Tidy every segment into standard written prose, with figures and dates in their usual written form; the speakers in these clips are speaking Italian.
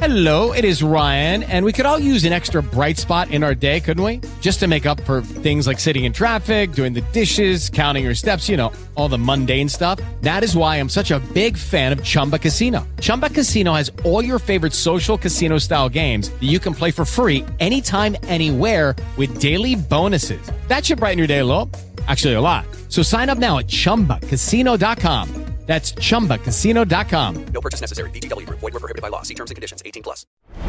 Hello, it is Ryan, and we could all use an extra bright spot in our day, couldn't we? Just to make up for things like sitting in traffic, doing the dishes, counting your steps, you know, all the mundane stuff. That is why I'm such a big fan of Chumba Casino. Chumba Casino has all your favorite social casino-style games that you can play for free anytime, anywhere with daily bonuses. That should brighten your day a little. Actually, a lot. So sign up now at ChumbaCasino.com. That's ChumbaCasino.com. No purchase necessary. VGW Group. Void where prohibited by law. See terms and conditions. 18+.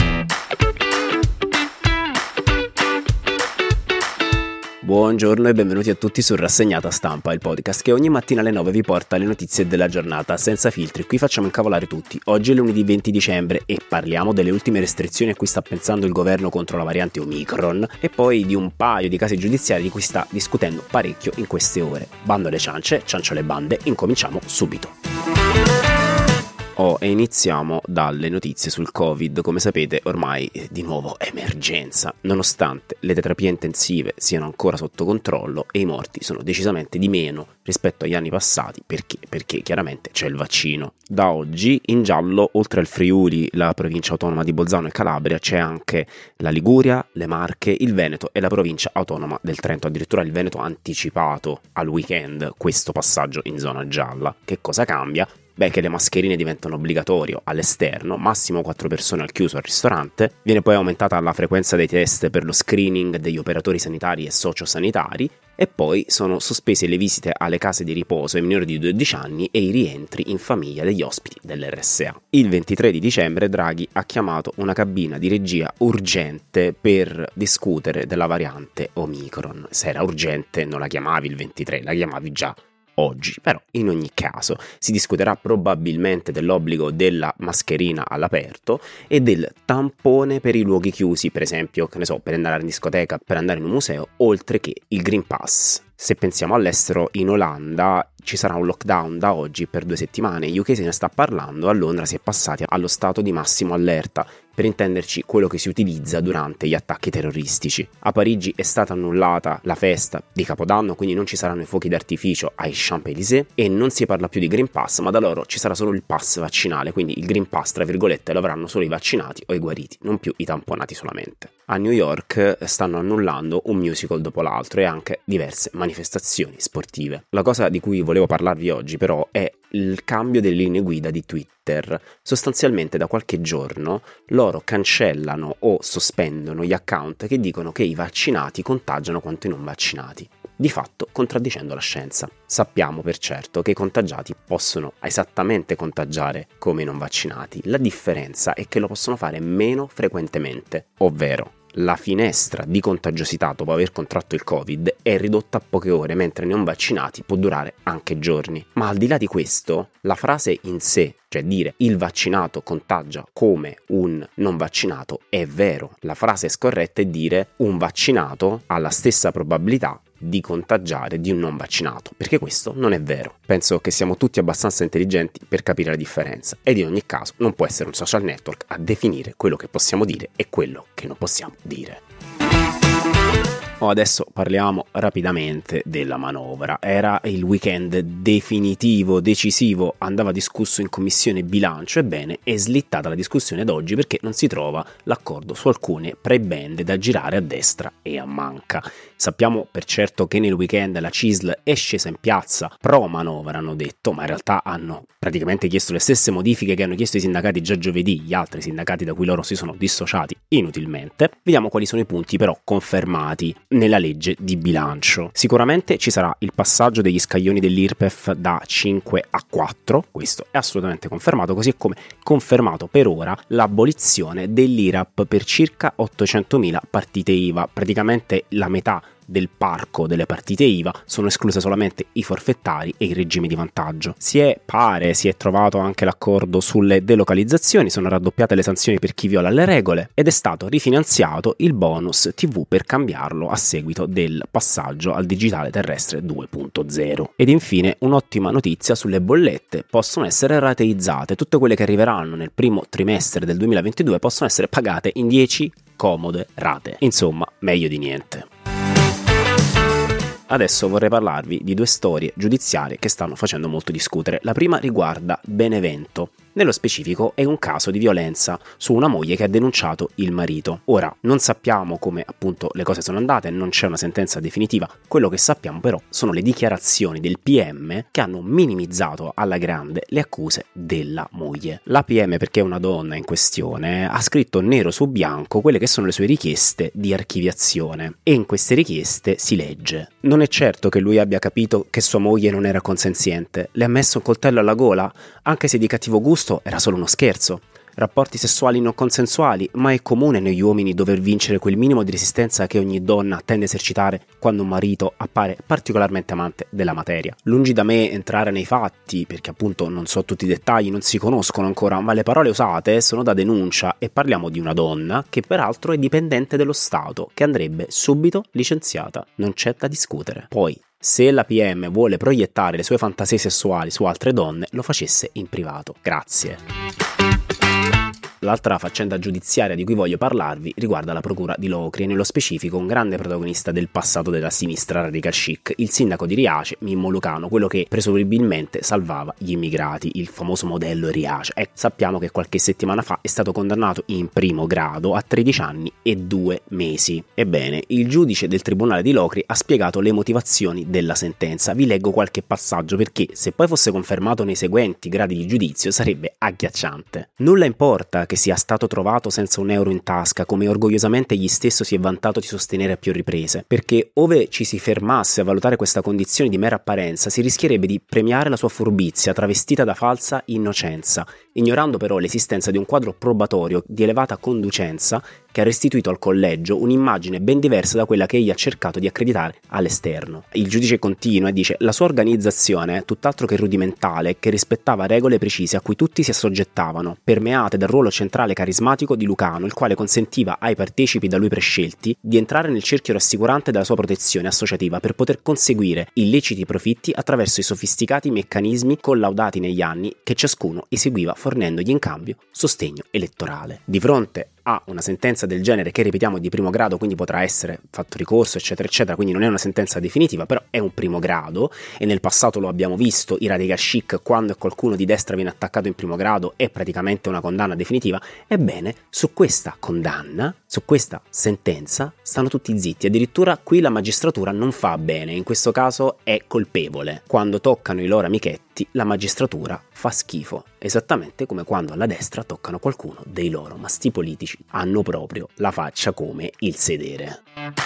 Buongiorno e benvenuti a tutti su Rassegnata Stampa, il podcast che ogni mattina alle 9 vi porta le notizie della giornata senza filtri. Qui facciamo incavolare tutti. Oggi è lunedì 20 dicembre e parliamo delle ultime restrizioni a cui sta pensando il governo contro la variante Omicron e poi di un paio di casi giudiziari di cui sta discutendo parecchio in queste ore. Bando alle ciance, ciancio alle bande, incominciamo subito. E iniziamo dalle notizie sul Covid. Come sapete ormai di nuovo emergenza, nonostante le terapie intensive siano ancora sotto controllo e i morti sono decisamente di meno rispetto agli anni passati. Perché chiaramente c'è il vaccino. Da oggi in giallo, oltre al Friuli, la provincia autonoma di Bolzano e Calabria, c'è anche la Liguria, le Marche, il Veneto e la provincia autonoma del Trento. Addirittura il Veneto ha anticipato al weekend questo passaggio in zona gialla. Che cosa cambia? Beh, che le mascherine diventano obbligatorio all'esterno, massimo 4 persone al chiuso al ristorante. Viene poi aumentata la frequenza dei test per lo screening degli operatori sanitari e sociosanitari e poi sono sospese le visite alle case di riposo ai minori di 12 anni e i rientri in famiglia degli ospiti dell'RSA. Il 23 di dicembre Draghi ha chiamato una cabina di regia urgente per discutere della variante Omicron. Se era urgente non la chiamavi il 23, la chiamavi già oggi. Però in ogni caso si discuterà probabilmente dell'obbligo della mascherina all'aperto e del tampone per i luoghi chiusi, per esempio, che ne so, per andare in discoteca, per andare in un museo, oltre che il Green Pass. Se pensiamo all'estero, in Olanda ci sarà un lockdown da oggi per 2 settimane, UK se ne sta parlando, a Londra si è passati allo stato di massimo allerta, per intenderci quello che si utilizza durante gli attacchi terroristici. A Parigi è stata annullata la festa di Capodanno, quindi non ci saranno i fuochi d'artificio ai Champs-Élysées e non si parla più di Green Pass, ma da loro ci sarà solo il pass vaccinale, quindi il Green Pass tra virgolette lo avranno solo i vaccinati o i guariti, non più i tamponati solamente. A New York stanno annullando un musical dopo l'altro e anche diverse manifestazioni sportive. La cosa di cui volevo parlarvi oggi però è il cambio delle linee guida di Twitter. Sostanzialmente da qualche giorno loro cancellano o sospendono gli account che dicono che i vaccinati contagiano quanto i non vaccinati, di fatto contraddicendo la scienza. Sappiamo per certo che i contagiati possono esattamente contagiare come i non vaccinati, la differenza è che lo possono fare meno frequentemente, ovvero la finestra di contagiosità dopo aver contratto il Covid è ridotta a poche ore, mentre i non vaccinati può durare anche giorni. Ma al di là di questo, la frase in sé, cioè dire il vaccinato contagia come un non vaccinato, è vero. La frase scorretta è dire un vaccinato ha la stessa probabilità di contagiare di un non vaccinato, perché questo non è vero. Penso che siamo tutti abbastanza intelligenti per capire la differenza ed in ogni caso non può essere un social network a definire quello che possiamo dire e quello che non possiamo dire. Adesso parliamo rapidamente della manovra. Era il weekend definitivo, decisivo, andava discusso in commissione bilancio, ebbene è slittata la discussione ad oggi perché non si trova l'accordo su alcune prebende da girare a destra e a manca. Sappiamo per certo che nel weekend la CISL è scesa in piazza pro manovra, hanno detto, ma in realtà hanno praticamente chiesto le stesse modifiche che hanno chiesto i sindacati già giovedì, gli altri sindacati da cui loro si sono dissociati inutilmente. Vediamo quali sono i punti però confermati nella legge di bilancio. Sicuramente ci sarà il passaggio degli scaglioni dell'IRPEF da 5 a 4, questo è assolutamente confermato, così come confermato per ora l'abolizione dell'IRAP per circa 800.000 partite IVA, praticamente la metà del parco delle partite IVA, sono escluse solamente i forfettari e i regimi di vantaggio. Si è trovato anche l'accordo sulle delocalizzazioni, sono raddoppiate le sanzioni per chi viola le regole ed è stato rifinanziato il bonus TV per cambiarlo a seguito del passaggio al digitale terrestre 2.0. Ed infine un'ottima notizia sulle bollette: possono essere rateizzate, tutte quelle che arriveranno nel primo trimestre del 2022 possono essere pagate in 10 comode rate, insomma meglio di niente. Adesso vorrei parlarvi di 2 storie giudiziarie che stanno facendo molto discutere. La prima riguarda Benevento. Nello specifico è un caso di violenza su una moglie che ha denunciato il marito. Ora, non sappiamo come appunto le cose sono andate, non c'è una sentenza definitiva. Quello che sappiamo però sono le dichiarazioni del PM che hanno minimizzato alla grande le accuse della moglie. La PM, perché è una donna in questione, ha scritto nero su bianco quelle che sono le sue richieste di archiviazione e in queste richieste si legge: non è certo che lui abbia capito che sua moglie non era consenziente, le ha messo un coltello alla gola, anche se di cattivo gusto era solo uno scherzo. Rapporti sessuali non consensuali, ma è comune negli uomini dover vincere quel minimo di resistenza che ogni donna tende a esercitare quando un marito appare particolarmente amante della materia. Lungi da me entrare nei fatti, perché appunto non so tutti i dettagli, non si conoscono ancora, ma le parole usate sono da denuncia e parliamo di una donna che peraltro è dipendente dello Stato, che andrebbe subito licenziata. Non c'è da discutere. Poi, se la PM vuole proiettare le sue fantasie sessuali su altre donne, lo facesse in privato. Grazie. L'altra faccenda giudiziaria di cui voglio parlarvi riguarda la procura di Locri e nello specifico un grande protagonista del passato della sinistra radical chic, il sindaco di Riace, Mimmo Lucano, quello che presumibilmente salvava gli immigrati, il famoso modello Riace. Sappiamo che qualche settimana fa è stato condannato in primo grado a 13 anni e 2 mesi. Ebbene, il giudice del tribunale di Locri ha spiegato le motivazioni della sentenza. Vi leggo qualche passaggio perché, se poi fosse confermato nei seguenti gradi di giudizio, sarebbe agghiacciante. Nulla importa che sia stato trovato senza un euro in tasca, come orgogliosamente egli stesso si è vantato di sostenere a più riprese, perché ove ci si fermasse a valutare questa condizione di mera apparenza si rischierebbe di premiare la sua furbizia travestita da falsa innocenza, ignorando però l'esistenza di un quadro probatorio di elevata conducenza che ha restituito al collegio un'immagine ben diversa da quella che egli ha cercato di accreditare all'esterno. Il giudice continua e dice: la sua organizzazione è tutt'altro che rudimentale, che rispettava regole precise a cui tutti si assoggettavano, permeate dal ruolo centrale carismatico di Lucano, il quale consentiva ai partecipi da lui prescelti di entrare nel cerchio rassicurante della sua protezione associativa per poter conseguire illeciti profitti attraverso i sofisticati meccanismi collaudati negli anni che ciascuno eseguiva fornendogli in cambio sostegno elettorale. Di fronte a una sentenza del genere, che ripetiamo di primo grado, quindi potrà essere fatto ricorso eccetera eccetera, quindi non è una sentenza definitiva, però è un primo grado e nel passato lo abbiamo visto, i radical chic, quando qualcuno di destra viene attaccato in primo grado è praticamente una condanna definitiva. Ebbene, su questa condanna, su questa sentenza stanno tutti zitti, addirittura qui la magistratura non fa bene, in questo caso è colpevole. Quando toccano i loro amichetti la magistratura fa schifo, esattamente come quando alla destra toccano qualcuno dei loro, ma sti politici hanno proprio la faccia come il sedere.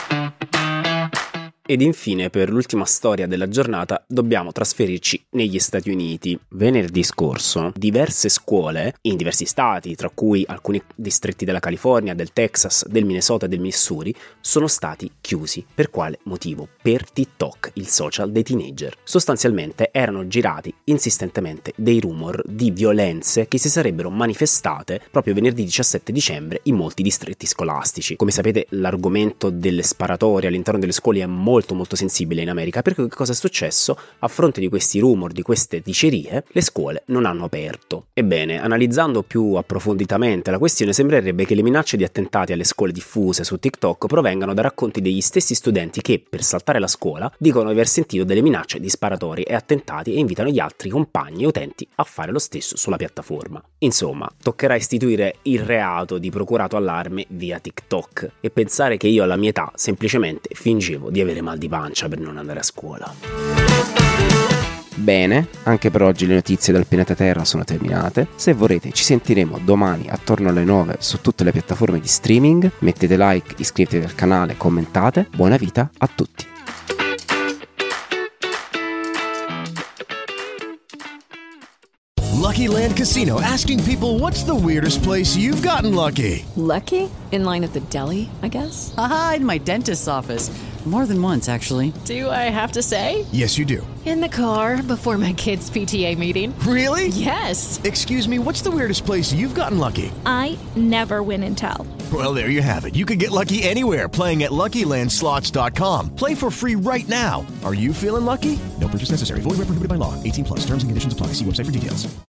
Ed infine, per l'ultima storia della giornata, dobbiamo trasferirci negli Stati Uniti. Venerdì scorso, diverse scuole in diversi stati, tra cui alcuni distretti della California, del Texas, del Minnesota e del Missouri, sono stati chiusi. Per quale motivo? Per TikTok, il social dei teenager. Sostanzialmente erano girati insistentemente dei rumor di violenze che si sarebbero manifestate proprio venerdì 17 dicembre in molti distretti scolastici. Come sapete, l'argomento delle sparatorie all'interno delle scuole è molto sensibile in America, perché che cosa è successo? A fronte di questi rumor, di queste dicerie, le scuole non hanno aperto. Ebbene, analizzando più approfonditamente la questione, sembrerebbe che le minacce di attentati alle scuole diffuse su TikTok provengano da racconti degli stessi studenti che, per saltare la scuola, dicono di aver sentito delle minacce di sparatori e attentati e invitano gli altri compagni e utenti a fare lo stesso sulla piattaforma. Insomma, toccherà istituire il reato di procurato allarme via TikTok e pensare che io alla mia età semplicemente fingevo di avere mal di pancia per non andare a scuola. Bene, anche per oggi le notizie dal pianeta Terra sono terminate. Se vorrete ci sentiremo domani attorno alle 9 su tutte le piattaforme di streaming. Mettete like, iscrivetevi al canale, commentate. Buona vita a tutti. Lucky Land Casino, asking people, what's the weirdest place you've gotten lucky? Lucky? In line at the deli, I guess? Aha, in my dentist's office. More than once, actually. Do I have to say? Yes, you do. In the car before my kids' PTA meeting. Really? Yes. Excuse me, what's the weirdest place you've gotten lucky? I never win and tell. Well, there you have it. You can get lucky anywhere, playing at LuckyLandSlots.com. Play for free right now. Are you feeling lucky? No purchase necessary. Void where prohibited by law. 18+. Terms and conditions apply. See website for details.